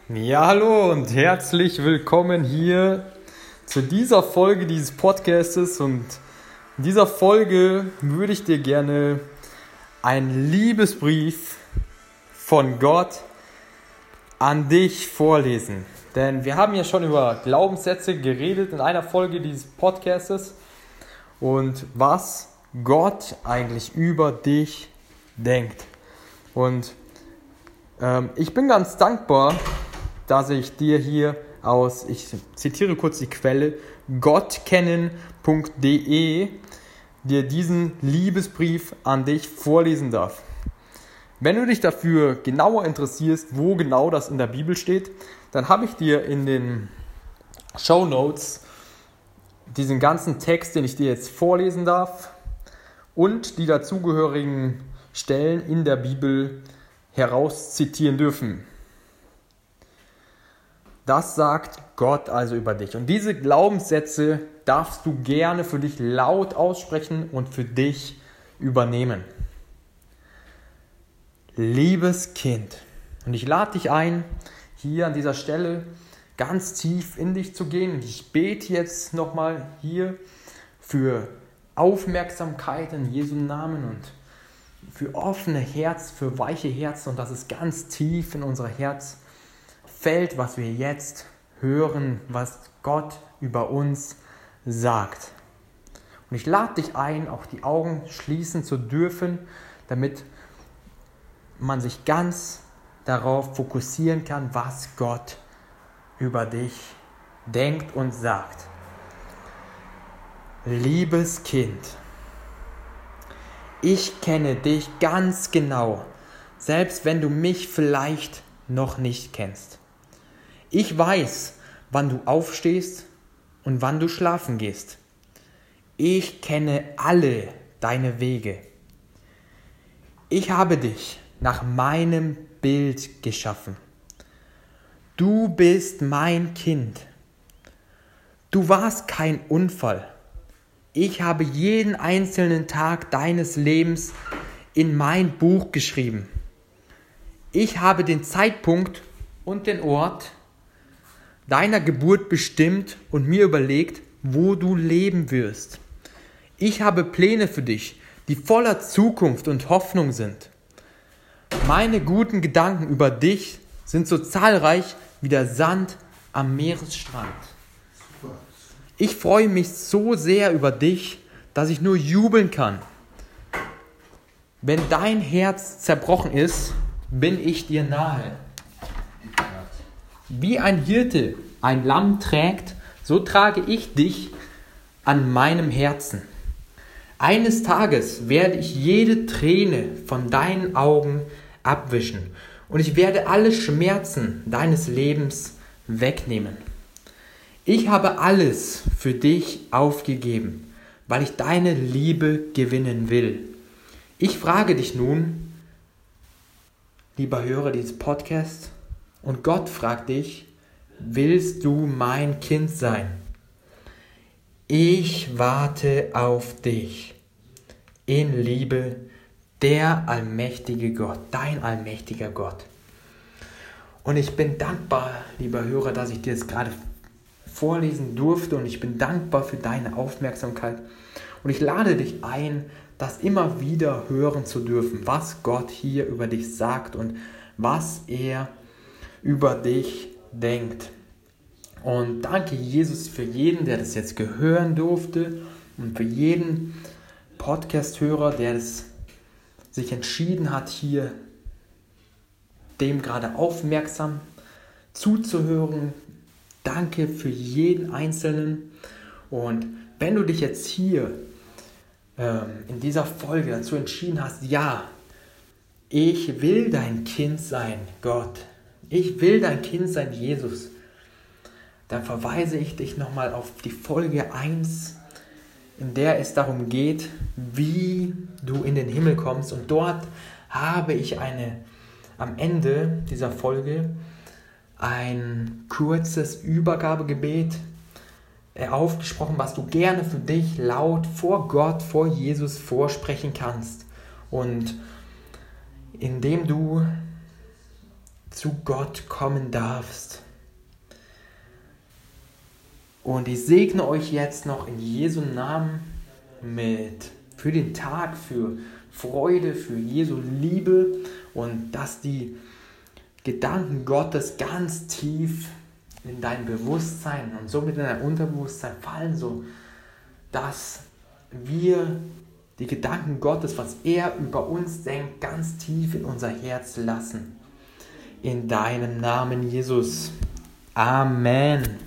Ja, hallo und herzlich willkommen hier zu dieser Folge dieses Podcastes. Und in dieser Folge würde ich dir gerne einen Liebesbrief von Gott an dich vorlesen. Denn wir haben ja schon über Glaubenssätze geredet in einer Folge dieses Podcastes und was Gott eigentlich über dich denkt. Und ich bin ganz dankbar, dass ich dir hier ich zitiere kurz die Quelle, gottkennen.de, dir diesen Liebesbrief an dich vorlesen darf. Wenn du dich dafür genauer interessierst, wo genau das in der Bibel steht, dann habe ich dir in den Shownotes diesen ganzen Text, den ich dir jetzt vorlesen darf, und die dazugehörigen Stellen in der Bibel herauszitieren dürfen. Das sagt Gott also über dich. Und diese Glaubenssätze darfst du gerne für dich laut aussprechen und für dich übernehmen. Liebes Kind, und ich lade dich ein, hier an dieser Stelle ganz tief in dich zu gehen. Und ich bete jetzt nochmal hier für Aufmerksamkeit in Jesu Namen und für offene Herzen, für weiche Herzen, und dass es ganz tief in unser Herz fällt, was wir jetzt hören, was Gott über uns sagt. Und ich lade dich ein, auch die Augen schließen zu dürfen, damit man sich ganz darauf fokussieren kann, was Gott über dich denkt und sagt. Liebes Kind, ich kenne dich ganz genau, selbst wenn du mich vielleicht noch nicht kennst. Ich weiß, wann du aufstehst und wann du schlafen gehst. Ich kenne alle deine Wege. Ich habe dich nach meinem Bild geschaffen. Du bist mein Kind. Du warst kein Unfall. Ich habe jeden einzelnen Tag deines Lebens in mein Buch geschrieben. Ich habe den Zeitpunkt und den Ort deiner Geburt bestimmt und mir überlegt, wo du leben wirst. Ich habe Pläne für dich, die voller Zukunft und Hoffnung sind. Meine guten Gedanken über dich sind so zahlreich wie der Sand am Meeresstrand. Ich freue mich so sehr über dich, dass ich nur jubeln kann. Wenn dein Herz zerbrochen ist, bin ich dir nahe. Wie ein Hirte ein Lamm trägt, so trage ich dich an meinem Herzen. Eines Tages werde ich jede Träne von deinen Augen abwischen und ich werde alle Schmerzen deines Lebens wegnehmen. Ich habe alles für dich aufgegeben, weil ich deine Liebe gewinnen will. Ich frage dich nun, lieber Hörer dieses Podcasts, und Gott fragt dich, willst du mein Kind sein? Ich warte auf dich. In Liebe, der allmächtige Gott, dein allmächtiger Gott. Und ich bin dankbar, lieber Hörer, dass ich dir das gerade vorlesen durfte, und ich bin dankbar für deine Aufmerksamkeit. Und ich lade dich ein, das immer wieder hören zu dürfen, was Gott hier über dich sagt und was er über dich denkt. Und danke, Jesus, für jeden, der das jetzt hören durfte, und für jeden Podcast-Hörer, der sich entschieden hat, hier dem gerade aufmerksam zuzuhören. Danke für jeden Einzelnen. Und wenn du dich jetzt hier in dieser Folge dazu entschieden hast, ja, ich will dein Kind sein, Gott. Ich will dein Kind sein, Jesus. Dann verweise ich dich nochmal auf die Folge 1, in der es darum geht, wie du in den Himmel kommst. Und dort habe ich am Ende dieser Folge ein kurzes Übergabegebet aufgesprochen, was du gerne für dich laut vor Gott, vor Jesus vorsprechen kannst. Und indem du zu Gott kommen darfst. Und ich segne euch jetzt noch in Jesu Namen für den Tag, für Freude, für Jesu Liebe und dass die Gedanken Gottes ganz tief in dein Bewusstsein und somit in dein Unterbewusstsein fallen, so dass wir die Gedanken Gottes, was er über uns denkt, ganz tief in unser Herz lassen. In deinem Namen, Jesus. Amen.